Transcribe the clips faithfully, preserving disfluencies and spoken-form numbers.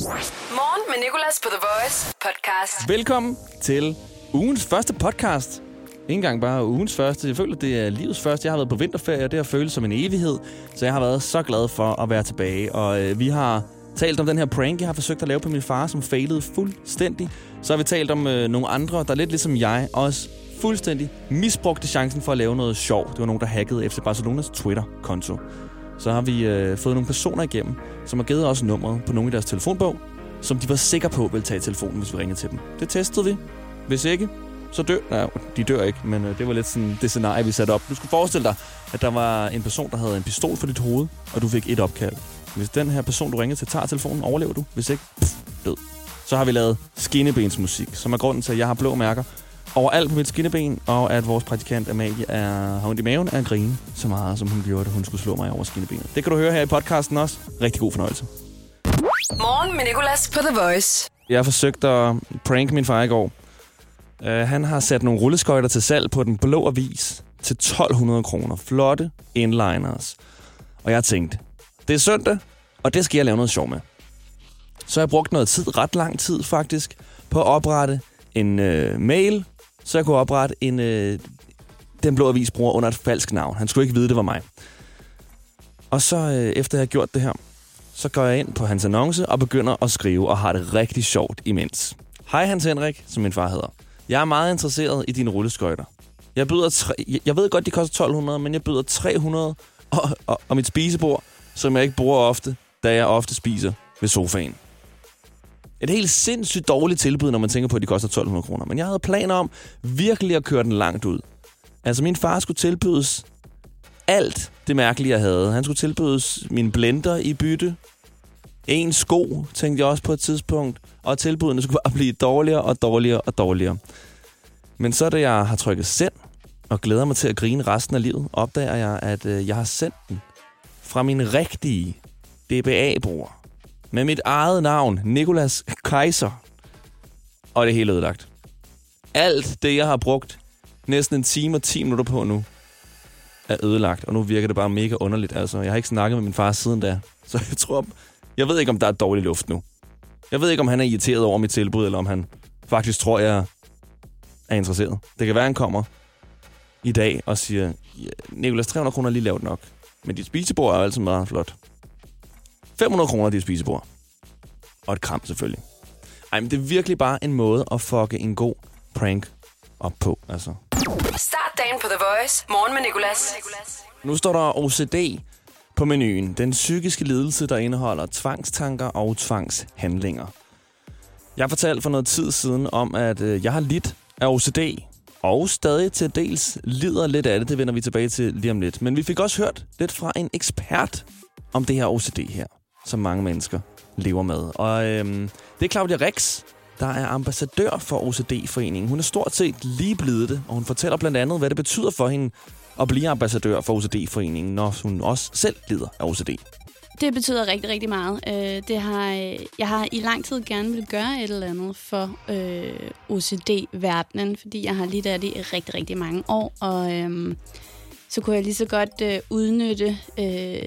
Morgen med Nicolas på The Voice podcast. Velkommen til ugens første podcast. Ikke engang bare ugens første. Jeg føler, det er livets første. Jeg har været på vinterferie, og det har føltes som en evighed. Så jeg har været så glad for at være tilbage. Og øh, vi har talt om den her prank, jeg har forsøgt at lave på min far, som failede fuldstændig. Så har vi talt om øh, nogle andre, der lidt ligesom jeg, også fuldstændig misbrugte chancen for at lave noget sjov. Det var nogen, der hackede F C Barcelonas Twitter-konto. Så har vi øh, fået nogle personer igennem, som har givet os nummeret på nogle i deres telefonbog, som de var sikre på ville tage telefonen, hvis vi ringede til dem. Det testede vi. Hvis ikke, så dør... Nej, de dør ikke, men øh, det var lidt sådan det scenarie, vi satte op. Du skulle forestille dig, at der var en person, der havde en pistol for dit hoved, og du fik et opkald. Hvis den her person, du ringede til, tager telefonen, overlever du. Hvis ikke, pff, død. Så har vi lavet skinnebensmusik, som er grunden til, at jeg har blå mærker overalt på mit skinneben, og at vores praktikant Amalie er, har ondt i maven af at grine så meget, som hun gjorde, da hun skulle slå mig over skinnebenet. Det kan du høre her i podcasten også. Rigtig god fornøjelse. Morgen med Nicolas på The Voice. Jeg har forsøgt at prank min far i går. Uh, han har sat nogle rulleskøjter til salg på Den Blå Avis til tolv hundrede kroner. Flotte inliners. Og jeg har tænkt, det er søndag, og det skal jeg lave noget sjov med. Så jeg brugt noget tid, ret lang tid faktisk, på at oprette en uh, mail, så jeg kunne oprette en øh, Den Blå Avis bruger under et falsk navn. Han skulle ikke vide, det var mig. Og så øh, efter jeg har gjort det her, så går jeg ind på hans annonce og begynder at skrive og har det rigtig sjovt imens. Hej Hans Henrik, som min far hedder. Jeg er meget interesseret i dine rulleskøjter. Jeg byder tre, jeg ved godt, de koster tolv hundrede, men jeg byder tre hundrede og, og, og mit spisebord, som jeg ikke bruger ofte, da jeg ofte spiser ved sofaen. Et helt sindssygt dårligt tilbud, når man tænker på, at de koster tolv hundrede kroner. Men jeg havde planer om virkelig at køre den langt ud. Altså, min far skulle tilbydes alt det mærkelige, jeg havde. Han skulle tilbydes min blender i bytte. En sko, tænkte jeg også på et tidspunkt. Og tilbudene skulle bare blive dårligere og dårligere og dårligere. Men så da jeg har trykket send og glæder mig til at grine resten af livet, opdager jeg, at øh, jeg har sendt den fra min rigtige D B A-bruger. Med mit eget navn, Nicolas Kaiser. Og det er helt ødelagt. Alt det, jeg har brugt næsten en time og ti minutter på nu, er ødelagt. Og nu virker det bare mega underligt. Altså, jeg har ikke snakket med min far siden da. Så jeg tror... Jeg ved ikke, om der er dårlig luft nu. Jeg ved ikke, om han er irriteret over mit tilbud, eller om han faktisk tror, jeg er interesseret. Det kan være, han kommer i dag og siger, ja, Nicolas, tre hundrede kroner er lige lavt nok. Men dit spisebord er jo altid meget flot. fem hundrede kroner dit spisebord. Og et kram selvfølgelig. Ej, men det er virkelig bare en måde at fucke en god prank op på, altså. Start dagen på The Voice. Morgen med Nicolas. Nu står der O C D på menuen. Den psykiske lidelse, der indeholder tvangstanker og tvangshandlinger. Jeg fortalte for noget tid siden om, at øh, jeg har lidt af O C D. Og stadig til dels lider lidt af det. Det vender vi tilbage til lige om lidt. Men vi fik også hørt lidt fra en ekspert om det her O C D her, som mange mennesker lever med. Og øhm, det er Claudia Rix, der er ambassadør for O C D-foreningen. Hun er stort set lige blevet det, og hun fortæller blandt andet, hvad det betyder for hende at blive ambassadør for O C D-foreningen, når hun også selv lider af O C D. Det betyder rigtig, rigtig meget. Det har, jeg har i lang tid gerne vil gøre et eller andet for øh, O C D-verdenen, fordi jeg har lidt af det i rigtig, rigtig mange år, og øh, så kunne jeg lige så godt øh, udnytte øh,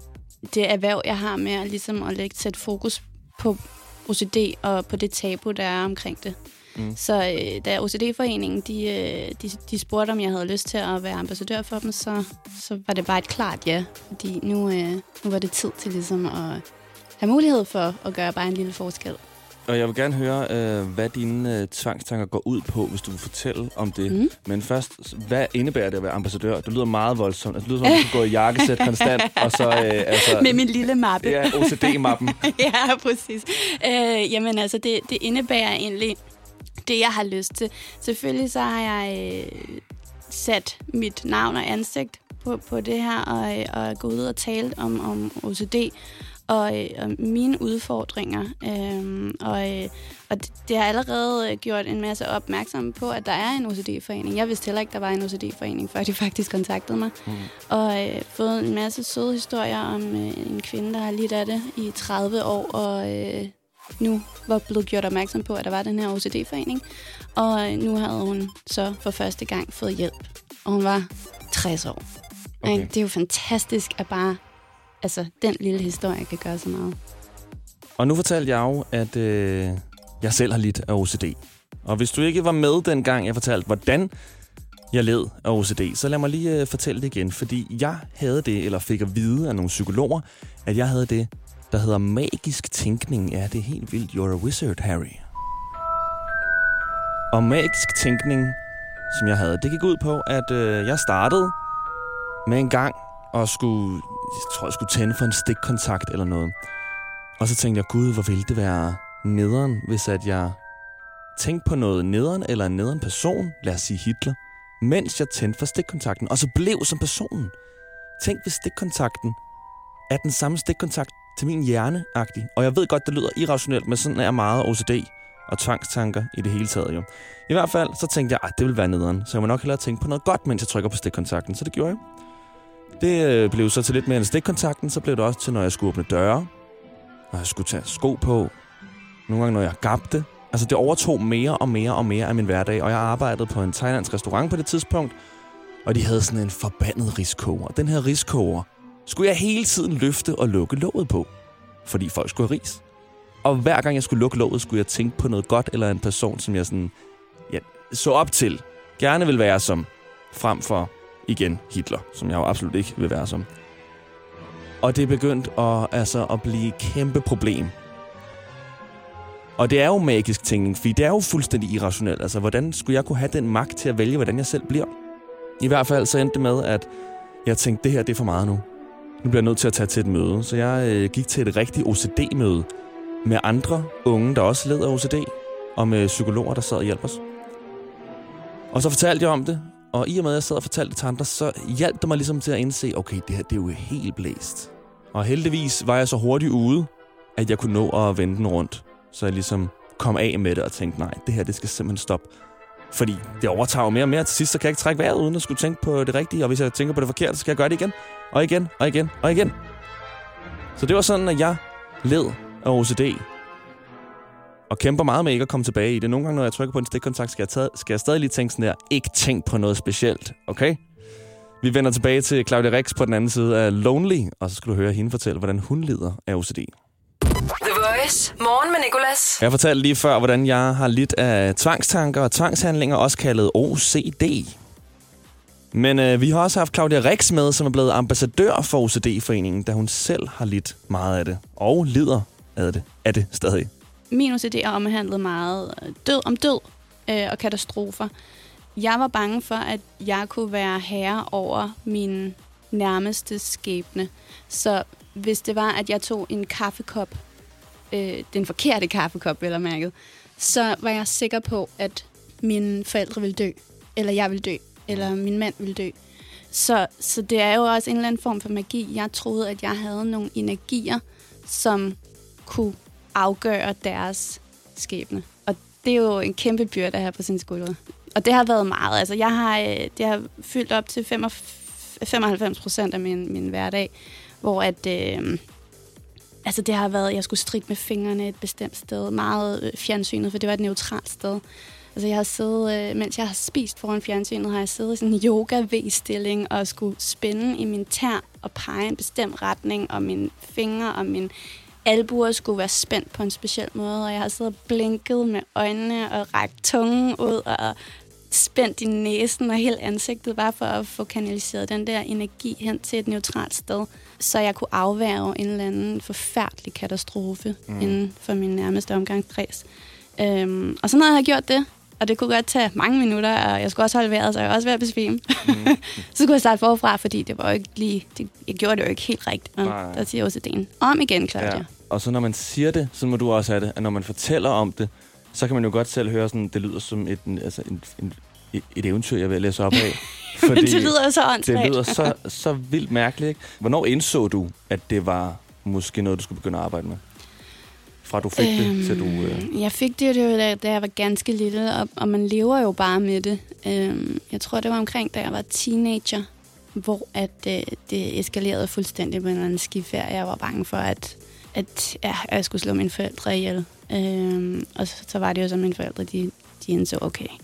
det erhverv, jeg har med at, ligesom at lægge, sætte fokus på O C D og på det tabu, der er omkring det. Mm. Så øh, da O C D-foreningen de, øh, de, de spurgte, om jeg havde lyst til at være ambassadør for dem, så, så var det bare et klart ja. Fordi nu, øh, nu var det tid til ligesom at have mulighed for at gøre bare en lille forskel. Og jeg vil gerne høre, øh, hvad dine øh, tvangstanker går ud på, hvis du vil fortælle om det. Mm. Men først, hvad indebærer det at være ambassadør? Det lyder meget voldsomt. Altså, det lyder som, at du går i jakkesæt konstant. Og så, øh, altså, med min lille mappe. Ja, O C D-mappen. Ja, præcis. Øh, jamen altså, det, det indebærer egentlig det, jeg har lyst til. Selvfølgelig så har jeg øh, sat mit navn og ansigt på, på det her, og, og gået ud og talt om, om O C D. Og, og mine udfordringer. Øhm, og øh, og det, det har allerede gjort en masse opmærksom på, at der er en O C D-forening. Jeg vidste heller ikke, der var en O C D-forening, før de faktisk kontaktede mig. Mm. Og øh, fået en masse søde historier om øh, en kvinde, der har lidt af det i tredive år, og øh, nu var blevet gjort opmærksom på, at der var den her O C D-forening. Og øh, nu havde hun så for første gang fået hjælp. Og hun var tres år. Okay. Det er jo fantastisk at bare... Altså, den lille historie kan gøre så meget. Og nu fortalte jeg jo, at øh, jeg selv har lidt af O C D. Og hvis du ikke var med dengang, jeg fortalte, hvordan jeg led af O C D, så lad mig lige øh, fortælle det igen. Fordi jeg havde det, eller fik at vide af nogle psykologer, at jeg havde det, der hedder magisk tænkning. Ja, det er helt vildt. You're a wizard, Harry. Og magisk tænkning, som jeg havde, det gik ud på, at øh, jeg startede med en gang og skulle, jeg tror, jeg skulle tænde for en stikkontakt eller noget. Og så tænkte jeg, gud, hvor ville det være nederen, hvis at jeg tænkte på noget nederen eller en nederen person, lad os sige Hitler, mens jeg tændte for stikkontakten, og så blev som personen. Tænk, hvis stikkontakten er den samme stikkontakt til min hjerne-agtig. Og jeg ved godt, det lyder irrationelt, men sådan er meget O C D og tvangstanker i det hele taget jo. I hvert fald, så tænkte jeg, at det ville være nederen, så jeg må nok hellere tænke på noget godt, mens jeg trykker på stikkontakten, så det gjorde jeg. Det øh, blev så til lidt mere end stikkontakten, så blev det også til, når jeg skulle åbne døre, når jeg skulle tage sko på, nogle gange når jeg gabte. Altså det overtog mere og mere og mere af min hverdag, og jeg arbejdede på en thailandsk restaurant på det tidspunkt, og de havde sådan en forbandet riskoger. Den her riskoger skulle jeg hele tiden løfte og lukke låget på, fordi folk skulle have ris. Og hver gang jeg skulle lukke låget, skulle jeg tænke på noget godt eller en person, som jeg sådan, ja, så op til. Gerne vil være som, frem for igen Hitler, som jeg jo absolut ikke vil være som. Og det er begyndt at, altså, at blive et kæmpe problem. Og det er jo magisk tænkning, fordi det er jo fuldstændig irrationelt. Altså, hvordan skulle jeg kunne have den magt til at vælge, hvordan jeg selv bliver? I hvert fald så endte det med, at jeg tænkte, det her det er for meget nu. Nu bliver jeg nødt til at tage til et møde. Så jeg øh, gik til et rigtigt O C D-møde med andre unge, der også led af O C D, og med psykologer, der sad og hjalp os. Og så fortalte jeg om det, og i og med, at jeg sad og fortalte det til andre, så hjalp det mig ligesom til at indse, okay, det her det er jo helt blæst. Og heldigvis var jeg så hurtigt ude, at jeg kunne nå at vende den rundt. Så jeg ligesom kom af med det og tænkte, nej, det her det skal simpelthen stoppe. Fordi det overtager mere og mere. Til sidst, så kan jeg ikke trække vejret, uden at skulle tænke på det rigtige. Og hvis jeg tænker på det forkerte, så skal jeg gøre det igen. Og igen, og igen, og igen. Så det var sådan, at jeg led af O C D. Og kæmper meget med ikke at komme tilbage i det. Nogle gange, når jeg trykker på en stikkontakt, skal jeg, tage, skal jeg stadig lige tænke sådan der, ikke tænk på noget specielt, okay? Vi vender tilbage til Claudia Rix på den anden side af Lonely, og så skal du høre hende fortælle, hvordan hun lider af O C D. The Voice. Morgen med Nicolas. Jeg fortalte lige før, hvordan jeg har lidt af tvangstanker og tvangshandlinger, også kaldet O C D. Men øh, vi har også haft Claudia Rix med, som er blevet ambassadør for O C D-foreningen, da hun selv har lidt meget af det, og lider af det, af det stadig. Min O C D er omhandlet meget død om død øh, og katastrofer. Jeg var bange for, at jeg kunne være herre over min nærmeste skæbne. Så hvis det var, at jeg tog en kaffekop, øh, den forkerte kaffekop, vel og mærket, så var jeg sikker på, at mine forældre ville dø, eller jeg ville dø, eller min mand ville dø. Så, så det er jo også en eller anden form for magi. Jeg troede, at jeg havde nogle energier, som kunne afgøre deres skæbne. Og det er jo en kæmpe byrde at have på sin skuldre. Og det har været meget. Altså, jeg har, det har fyldt op til femoghalvfems procent af min, min hverdag, hvor at, øh, altså det har været, jeg skulle strikke med fingrene et bestemt sted, meget øh, fjernsynet, for det var et neutralt sted. Altså jeg har siddet, øh, mens jeg har spist foran fjernsynet, har jeg siddet i sådan en yoga-V-stilling og skulle spænde i min tær og pege en bestemt retning, og mine fingre og mine albuer skulle være spændt på en speciel måde, og jeg har siddet og blinket med øjnene og rakt tungen ud og spændt i næsen og hele ansigtet, bare for at få kanaliseret den der energi hen til et neutralt sted, så jeg kunne afværge en eller anden forfærdelig katastrofe mm. inden for min nærmeste omgangskreds. Øhm, og så når jeg havde gjort det, og det kunne godt tage mange minutter, og jeg skulle også holde vejret, så jeg var også ved at besvime. Mm. Så skulle jeg starte forfra, fordi det var jo ikke lige, det, jeg gjorde det jo ikke helt rigtigt. Og der siger O C D'en om igen, Claudia. Ja. Og så når man siger det, så må du også have det, at når man fortæller om det, så kan man jo godt selv høre sådan, det lyder som et, altså en, en, et eventyr, jeg vil læse op af. Fordi det lyder så åndssvagt. Det lyder så, så vildt mærkeligt, ikke? Hvornår indså du, at det var måske noget, du skulle begynde at arbejde med? Fra du fik øhm, det, til du... Øh... Jeg fik det jo, da, da jeg var ganske lille, og, og man lever jo bare med det. Øhm, jeg tror, det var omkring, da jeg var teenager, hvor at, øh, det eskalerede fuldstændig på en eller anden skiferie. Jeg var bange for, at, at ja, jeg skulle slå mine forældre ihjel. Øhm, og så, så var det jo så, mine forældre, de, de indså, okay,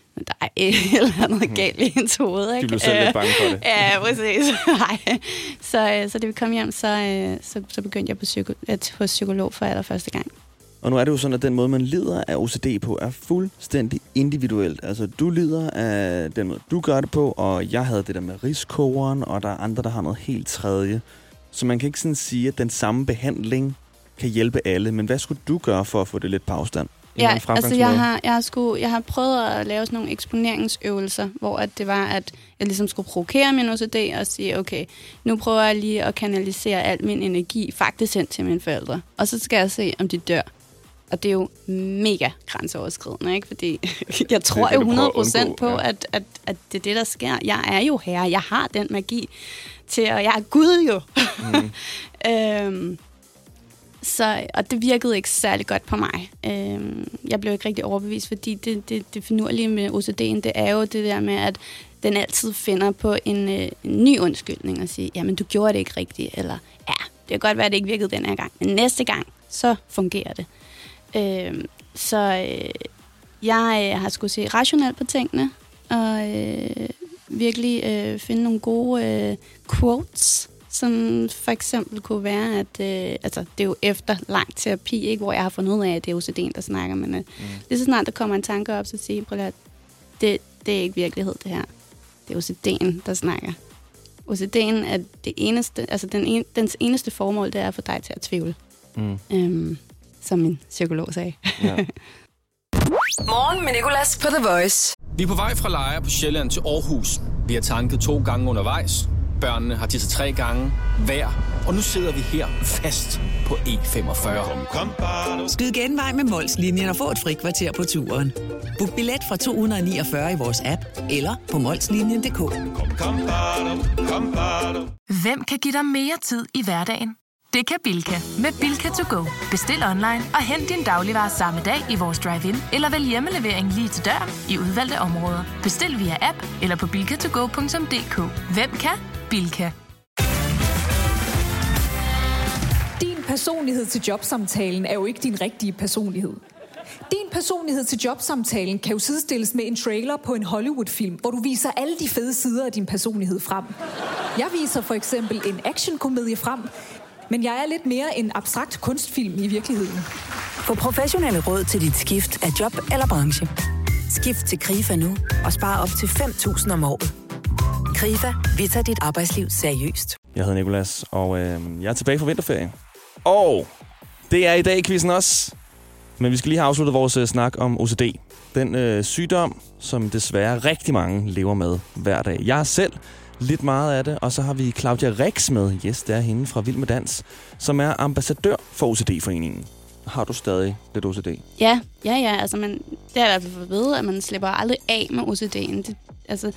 der er et eller andet galt i hendes hoved. Ikke? De blev selv lidt bange for det. Ja, præcis. Nej. Så, så da vi kom hjem, så, så, så begyndte jeg på psyko- at, hos psykolog for allerførste gang. Og nu er det jo sådan, at den måde, man lider af O C D på, er fuldstændig individuelt. Altså, du lider af den måde, du gør det på, og jeg havde det der med riskogeren, og der er andre, der har noget helt tredje. Så man kan ikke sådan sige, at den samme behandling kan hjælpe alle. Men hvad skulle du gøre for at få det lidt på afstand? Ja, altså jeg har, jeg, har sku, jeg har prøvet at lave sådan nogle eksponeringsøvelser, hvor at det var, at jeg ligesom skulle provokere min O C D og sige, okay, nu prøver jeg lige at kanalisere al min energi faktisk hen til mine forældre. Og så skal jeg se, om de dør. Og det er jo mega grænseoverskridende, ikke? Fordi jeg tror jo hundrede procent på, ja. at, at, at det er det, der sker. Jeg er jo herre. Jeg har den magi til, og jeg er Gud jo. Mm. øhm, så, og det virkede ikke særlig godt på mig. Øhm, jeg blev ikke rigtig overbevist, fordi det, det, det finurlige med O C D'en, det er jo det der med, at den altid finder på en, øh, en ny undskyldning og siger, jamen du gjorde det ikke rigtigt, eller ja, det kan godt være, at det ikke virkede den her gang, men næste gang, så fungerer det. Øh, så øh, jeg øh, har skulle se rationelt på tingene, og øh, virkelig øh, finde nogle gode øh, quotes, som for eksempel kunne være, at øh, altså, det er jo efter lang terapi, ikke, hvor jeg har fundet ud af, at det er O C D'en, der snakker, men øh, mm. lige så snart der kommer en tanke op, så siger jeg, det, det er ikke virkelighed, det her. Det er O C D'en, der snakker. O C D'en er det eneste, altså den en, dens eneste formål, det er at få dig til at tvivle. Mm. Øhm, som min psykolog sagde. Ja. Morgen med Nicolas på The Voice. Vi er på vej fra Lejre på Sjælland til Aarhus. Vi har tanket to gange undervejs. Børnene har tisset tre gange hver. Og nu sidder vi her fast på E femogfyrre. Skyd genvej med Mols-linjen og få et frikvarter på turen. Book billet fra to hundrede niogfyrre i vores app eller på molslinjen punktum d k. Hvem kan give dig mere tid i hverdagen? Det kan Bilka. Med Bilka to go. Bestil online og hent din dagligvarer samme dag i vores drive-in, eller vælg hjemmelevering lige til døren i udvalgte områder. Bestil via app eller på bilka to go punktum d k. Hvem kan? Bilka. Din personlighed til jobsamtalen er jo ikke din rigtige personlighed. Din personlighed til jobsamtalen kan jo sidestilles med en trailer på en Hollywood-film, hvor du viser alle de fede sider af din personlighed frem. Jeg viser for eksempel en actionkomedie frem, men jeg er lidt mere en abstrakt kunstfilm i virkeligheden. Få professionelle råd til dit skift af job eller branche. Skift til Krifa nu og spar op til fem tusind om året. Krifa, vi tager dit arbejdsliv seriøst. Jeg hedder Nicolas, og øh, jeg er tilbage fra vinterferie. Og det er i dag quizzen også. Men vi skal lige have afsluttet vores øh, snak om O C D. Den øh, sygdom, som desværre rigtig mange lever med hver dag. Jeg er selv lidt meget af det, og så har vi Claudia Rex med. Yes, det er hende fra Vild med Dans, som er ambassadør for O C D-foreningen. Har du stadig lidt O C D? Ja, ja, ja. Altså, man, det er i hvert fald for at vide, at man slipper aldrig af med O C D'en. Det, altså,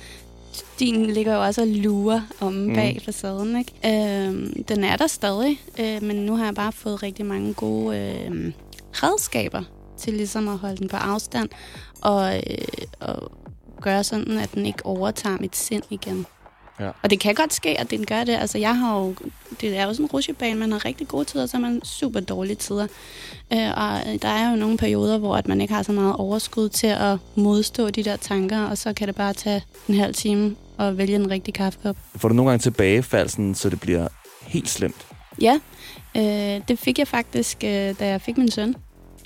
din ligger jo også og lurer om bag mm. facaden, ikke? Øhm, den er der stadig, øh, men nu har jeg bare fået rigtig mange gode øh, redskaber til ligesom at holde den på afstand og, øh, og gøre sådan, at den ikke overtager mit sind igen. Ja. Og det kan godt ske, at den gør det. Altså, jeg har jo, det er jo sådan en rutsjebane, man har rigtig gode tider, så har man super dårlige tider. Øh, og der er jo nogle perioder, hvor at man ikke har så meget overskud til at modstå de der tanker, og så kan det bare tage en halv time og vælge en rigtig kaffekop. Får du nogle gange tilbagefald, sådan, så det bliver helt slemt? Ja, øh, det fik jeg faktisk, øh, da jeg fik min søn.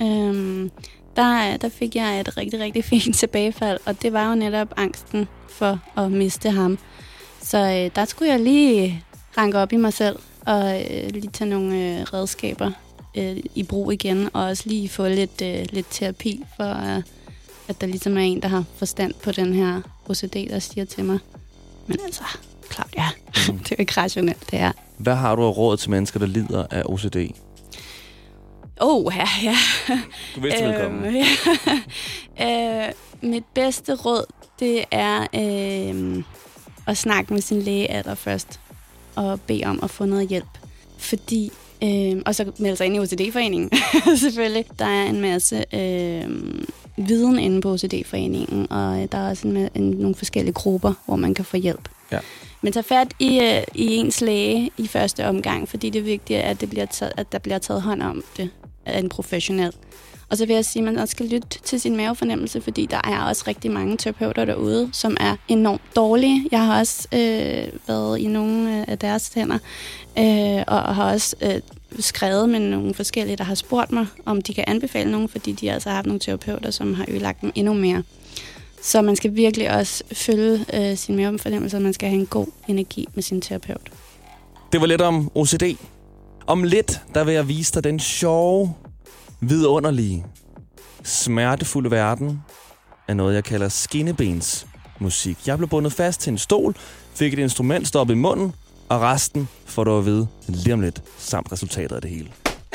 Øh, der, der fik jeg et rigtig, rigtig fint tilbagefald, og det var jo netop angsten for at miste ham. Så øh, der skulle jeg lige ranke op i mig selv, og øh, lige tage nogle øh, redskaber øh, i brug igen, og også lige få lidt, øh, lidt terapi, for øh, at der ligesom er en, der har forstand på den her O C D, der siger til mig, men altså, Claudia, mm. det er jo ikke rationelt, det her. Hvad har du af råd til mennesker, der lider af O C D? Åh, oh, ja, ja. Du vidste velkommen. Øhm, ja. øh, mit bedste råd, det er øh, at snakke med sin læge allerførst, og bede om at få noget hjælp. Fordi, øh, og så melde sig ind i O C D-foreningen, selvfølgelig. Der er en masse øh, viden inde på O C D-foreningen, og der er også en, en, nogle forskellige grupper, hvor man kan få hjælp. Ja. Men tag fat i, øh, i ens læge i første omgang, fordi det er vigtigt, at, det bliver taget, at der bliver taget hånd om det. af en professionel. Og så vil jeg sige, at man også skal lytte til sin mavefornemmelse, fordi der er også rigtig mange terapeuter derude, som er enormt dårlige. Jeg har også øh, været i nogle af deres hænder, øh, og har også øh, skrevet med nogle forskellige, der har spurgt mig, om de kan anbefale nogen, fordi de altså har haft nogle terapeuter, som har ødelagt dem endnu mere. Så man skal virkelig også følge øh, sin mavefornemmelse, og man skal have en god energi med sin terapeut. Det var lidt om O C D. Om lidt, der vil jeg vise dig den sjove, vidunderlige, smertefulde verden af noget, jeg kalder skinnebensmusik. Jeg blev bundet fast til en stol, fik et instrument stoppet i munden, og resten får du at vide lige om lidt, samt resultatet af det hele.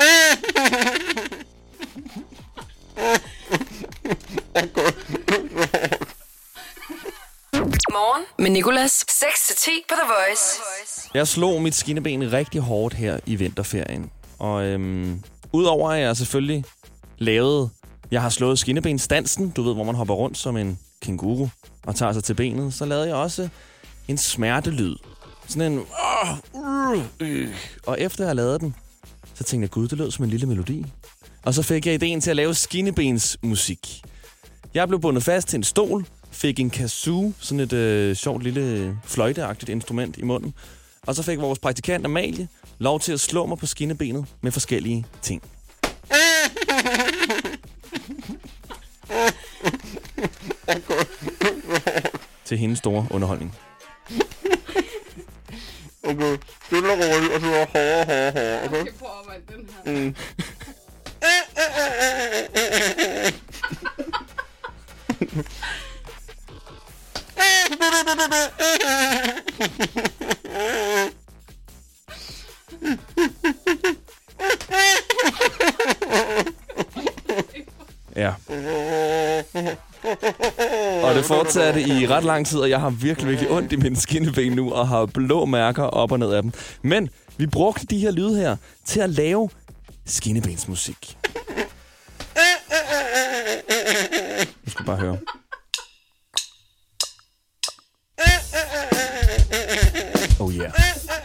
Morgen med Nicolas. seks til ti på The Voice. Jeg slog mit skinneben rigtig hårdt her i vinterferien. Og øhm, udover at jeg selvfølgelig lavede... Jeg har slået skinnebensdansen, du ved, hvor man hopper rundt som en kænguru og tager sig til benet. Så lavede jeg også en smertelyd. Sådan en... Uh, uh, uh. Og efter jeg lavede den, så tænkte jeg, gud, det lød som en lille melodi. Og så fik jeg ideen til at lave skinnebensmusik. Jeg blev bundet fast til en stol, fik en kazoo, sådan et øh, sjovt lille fløjteagtigt instrument i munden. Og så fik vores praktikant Amalie lov til at slå mig på skinnebenet med forskellige ting. Til hendes store underholdning. Okay, stille og roligt, og så hårdere, hårdere, hårdere, okay? Okay, prøv at arbejde den her. Mm. Ja. Og det fortsatte i ret lang tid, og jeg har virkelig, virkelig ondt i mine skinneben nu, og har blå mærker op og ned af dem. Men vi brugte de her lyde her til at lave skinnebensmusik. Du skal bare høre. Oh yeah.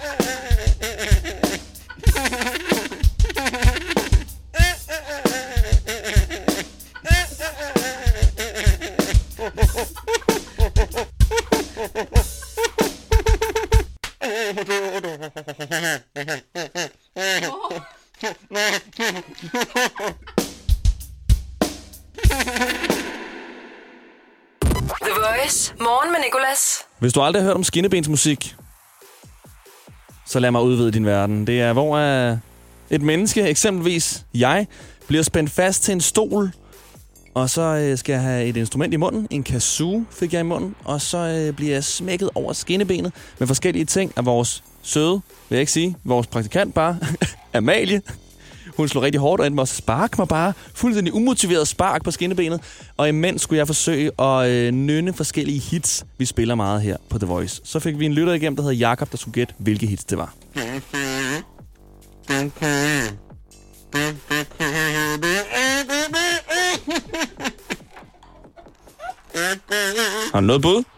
The Voice. Morgen med Nicolas. Hvis du aldrig har hørt om skinnebensmusik, så lad mig udvide din verden. Det er, hvor et menneske, eksempelvis jeg, bliver spændt fast til en stol, og så skal jeg have et instrument i munden. En kazoo fik jeg i munden, og så bliver jeg smækket over skinnebenet med forskellige ting af vores søde, vil jeg ikke sige, vores praktikant bare, Amalie. Hun slog rigtig hårdt og endte med at sparke mig bare. Fuldstændig umotiveret spark på skinnebenet. Og imens skulle jeg forsøge at øh, nynne forskellige hits, vi spiller meget her på The Voice. Så fik vi en lytter igennem, der hedder Jakob, der skulle gætte, hvilke hits det var. Har du noget bud?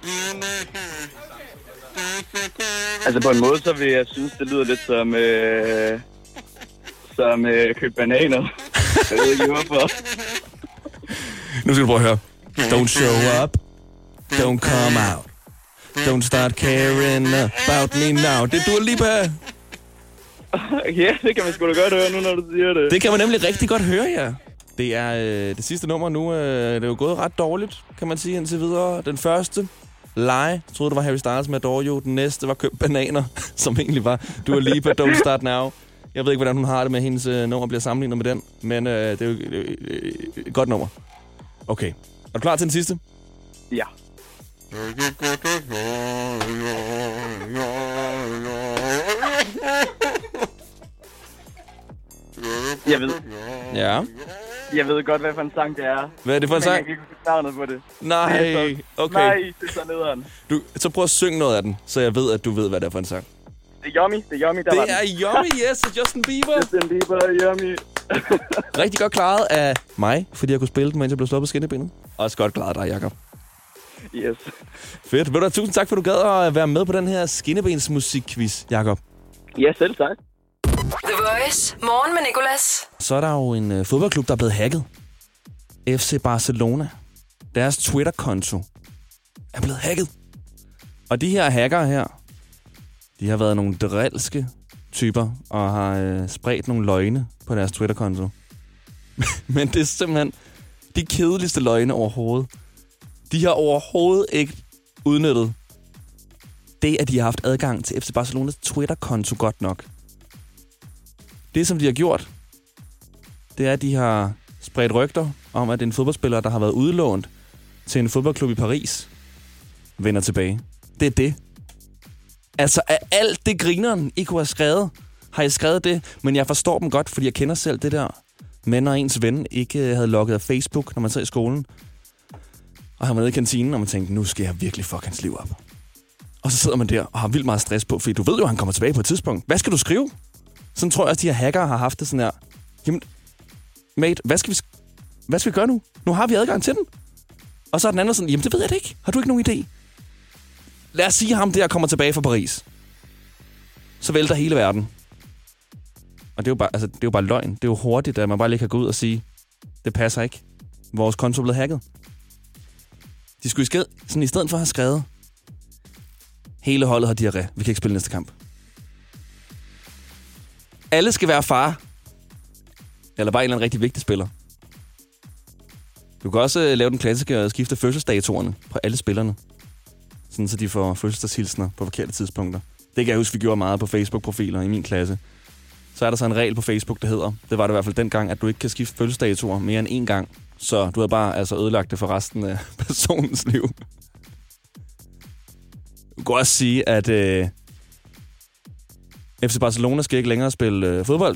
Altså på en måde, så vil jeg synes, det lyder lidt som... Øh, som øh, købe bananer. Jeg ved ikke, hvorfor. Nu skal du prøve at høre. Don't show up. Don't come out. Don't start caring about me now. Det er Dua Lipa. Ja, det kan man sgu da godt høre nu, når du siger det. Det kan man nemlig rigtig godt høre, ja. Det er øh, det sidste nummer nu. Øh, det er jo gået ret dårligt, kan man sige, indtil videre. Den første, Lie, jeg troede, det var Harry Styles med Adore You. Den næste var Køb Bananer, som egentlig var Dua Lipa, Don't Start Now. Jeg ved ikke, hvordan hun har det med, hendes øh, nummer bliver sammenlignet med den. Men øh, det er jo øh, øh, et godt nummer. Okay. Er du klar til den sidste? Ja. Jeg ved. Ja. Jeg ved godt, hvad for en sang det er. Hvad er det for en sang? Jeg kan ikke huske navnet på det. Nej, okay. Nej, det er så nederen. Du, så prøv at synge noget af den, så jeg ved, at du ved, hvad det er for en sang. Det er Yummy, det er Yummy, der det var den. Det er Yummy, yes, og Justin Bieber. Justin Bieber, Yummy. Rigtig godt klaret af mig, fordi jeg kunne spille den, mens jeg blev slået på skinnebenet. Også godt klaret af dig, Jakob. Yes. Fedt. Ved du, tusind tak, for du gad at være med på den her skinnebensmusik-quiz, Jakob. Ja, selv tak. The Voice. Morgen med Nicolas. Så er der jo en øh, fodboldklub, der er blevet hacket. F C Barcelona. Deres Twitter-konto er blevet hacket. Og de her hackere her, de har været nogle drilske typer og har øh, spredt nogle løgne på deres Twitter-konto. Men det er simpelthen de kedeligste løgne overhovedet. De har overhovedet ikke udnyttet det, at de har haft adgang til F C Barcelonas Twitter-konto godt nok. Det, som de har gjort, det er, at de har spredt rygter om, at en fodboldspiller, der har været udlånt til en fodboldklub i Paris, vender tilbage. Det er det. Altså, af alt det grineren, I kunne have skrevet, har jeg skrevet det, men jeg forstår dem godt, fordi jeg kender selv det der med, når ens ven ikke havde logget af Facebook, når man sad i skolen, og han var nede i kantinen, og man tænkte, nu skal jeg virkelig fuck hans liv op. Og så sidder man der og har vildt meget stress på, fordi du ved jo, at han kommer tilbage på et tidspunkt. Hvad skal du skrive? Sådan tror jeg også, de her hackere har haft det sådan her. Jamen, mate, hvad skal vi, hvad skal vi gøre nu? Nu har vi adgang til den. Og så er den anden sådan, jamen det ved jeg det ikke. Har du ikke nogen idé? Lad os sige, at ham der kommer tilbage fra Paris. Så vælter hele verden. Og det er jo bare, altså, det er jo bare løgn. Det er jo hurtigt, at man bare lige kan gå ud og sige, det passer ikke. Vores konto er blevet hacket. De skulle i, sked, sådan, i stedet for at have skrevet, hele holdet har diarré. Vi kan ikke spille næste kamp. Alle skal være far. Eller bare en eller anden rigtig vigtig spiller. Du kan også uh, lave den klassiske og skifte fødselsdatorerne på alle spillerne. Sådan så de får fødselsdagshilsner på forkerte tidspunkter. Det kan jeg huske, vi gjorde meget på Facebook-profiler i min klasse. Så er der så en regel på Facebook, der hedder, det var det i hvert fald dengang, at du ikke kan skifte fødselsdatorer mere end én gang. Så du har bare altså ødelagt det for resten af personens liv. Du kan også sige, at øh, F C Barcelona skal ikke længere spille øh, fodbold.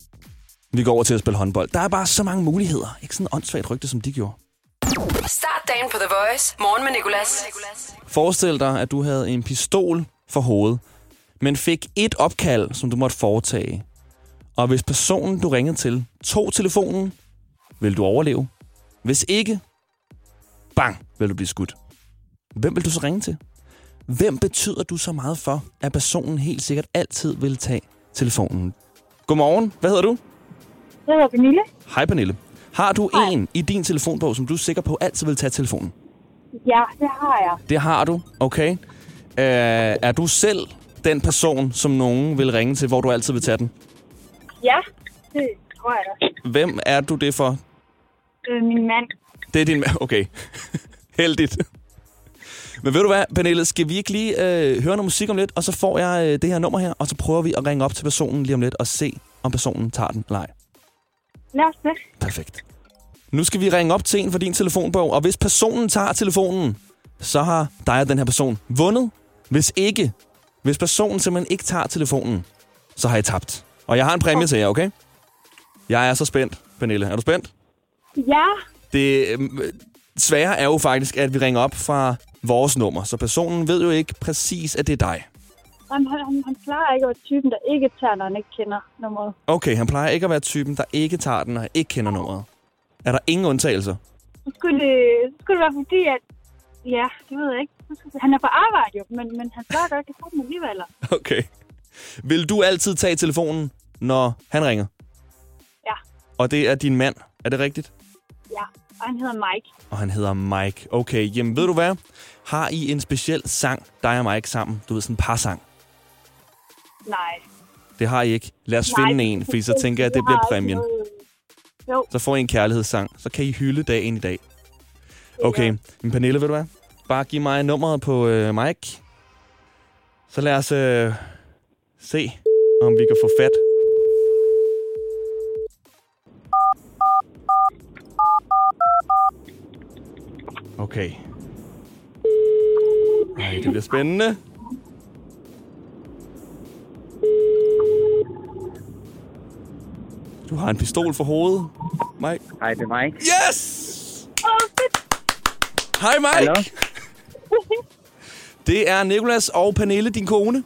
Vi går over til at spille håndbold. Der er bare så mange muligheder. Ikke sådan en åndssvagt rygte, som de gjorde. Start dagen på The Voice. Morgen med Nicolas. Forestil dig, at du havde en pistol for hovedet, men fik et opkald, som du måtte foretage. Og hvis personen, du ringede til, tog telefonen, vil du overleve. Hvis ikke, bang, vil du blive skudt. Hvem vil du så ringe til? Hvem betyder du så meget for, at personen helt sikkert altid vil tage telefonen? Godmorgen, hvad hedder du? Jeg hedder Pernille. Hej Pernille. Har du Hej. en i din telefonbog, som du er sikker på altid vil tage telefonen? Ja, det har jeg. Det har du, okay. Uh, er du selv den person, som nogen vil ringe til, hvor du altid vil tage den? Ja, det tror jeg da. Hvem er du det for? Øh, min mand. Det er din mand, okay. Heldigt. Men ved du hvad, Pernille, skal vi ikke lige øh, høre noget musik om lidt, og så får jeg øh, det her nummer her, og så prøver vi at ringe op til personen lige om lidt og se, om personen tager den eller ej. Lad os det. Perfekt. Nu skal vi ringe op til en for din telefonbog, og hvis personen tager telefonen, så har dig og den her person vundet. Hvis ikke, hvis personen simpelthen ikke tager telefonen, så har I tabt. Og jeg har en præmie oh. til jer, okay? Jeg er så spændt, Pernille. Er du spændt? Ja. Det øh, svære er jo faktisk, at vi ringer op fra vores nummer, så personen ved jo ikke præcis, at det er dig. Han, han, han plejer ikke at være typen, der ikke tager, når han ikke kender nummeret. Okay, han plejer ikke at være typen, der ikke tager den, og ikke kender nummeret. Er der ingen undtagelser? Så skulle det, så skulle det være fordi, at... Ja, det ved jeg ikke. Han er på arbejde jo, men, men han plejer godt at få den alligevel. Okay. Vil du altid tage telefonen, når han ringer? Ja. Og det er din mand, er det rigtigt? Ja, og han hedder Mike. Og han hedder Mike. Okay, jamen ved du hvad? Har I en speciel sang, dig og Mike sammen? Du ved, sådan en parsang. Nej. Det har I ikke. Lad os Nej, finde en, for så tænker jeg, at det bliver præmien. Jo. Så får I en kærlighedssang. Så kan I hylde dagen i dag. Okay, men Pernille, ved du hvad? Bare giv mig nummeret på øh, Mike. Så lad os øh, se, om vi kan få fat. Okay. Ej, det bliver spændende. Du har en pistol for hovedet, Mike. Hej, det er Mike. Yes! Hej, Mike. Hallo. Det er Nicolas og Pernille, din kone.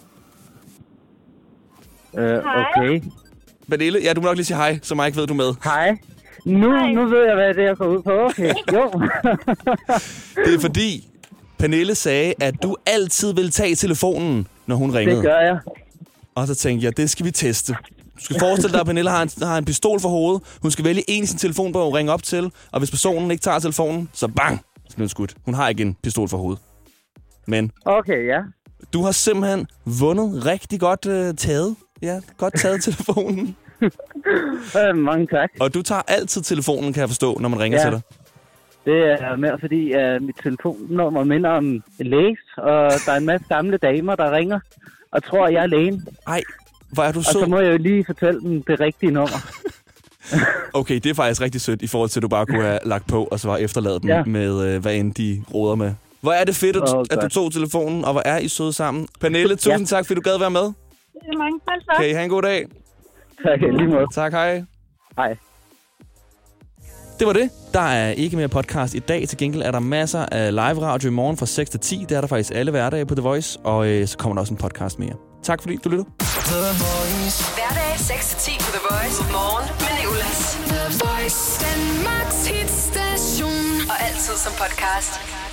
Øh, okay. Pernille, ja, du må nok lige sige hej, så Mike ved, du med. Hej. Nu, nu ved jeg, hvad det er gået ud på. Okay, jo. Det er fordi, Pernille sagde, at du altid vil tage telefonen, når hun ringede. Det gør jeg. Og så tænkte jeg, det skal vi teste. Du skal forestille dig, at Pernille har en, har en pistol for hovedet. Hun skal vælge en i sin telefonbog og ringe op til. Og hvis personen ikke tager telefonen, så bang, så bliver hun skudt. Hun har ikke en pistol for hovedet. Men Okay, ja. du har simpelthen vundet rigtig godt øh, taget. Ja, godt taget telefonen. Øh, mange tak. Og du tager altid telefonen, kan jeg forstå, når man ringer Ja. til dig. Det er mere fordi, at mit telefonnummer minder om en læge, og der er en masse gamle damer, der ringer og tror, at jeg er lægen. Ej, hvor er du Og sød. så må jeg jo lige fortælle dem det rigtige nummer. Okay, det er faktisk rigtig sødt i forhold til, at du bare kunne have lagt på, og så bare efterladet dem Ja. med, øh, hvad end de råder med. Hvor er det fedt, at, Åh, at du godt. tog telefonen, og hvor er I søde sammen. Pernille, tusind Ja. tak, fordi du gad være med. Det er mange selv tak. Kan I have en god dag? Tak, lige måde. Tak, hej. Hej. Det var det. Der er ikke mere podcast i dag. Til gengæld er der masser af live radio i morgen fra seks til ti. Det er der faktisk alle hverdage på The Voice. Og øh, så kommer der også en podcast mere. Tak fordi du lytter. Hverdag seks til ti på The Voice. Morgen med Nicolas. The Voice. Danmarks hitstation. Og altid som podcast.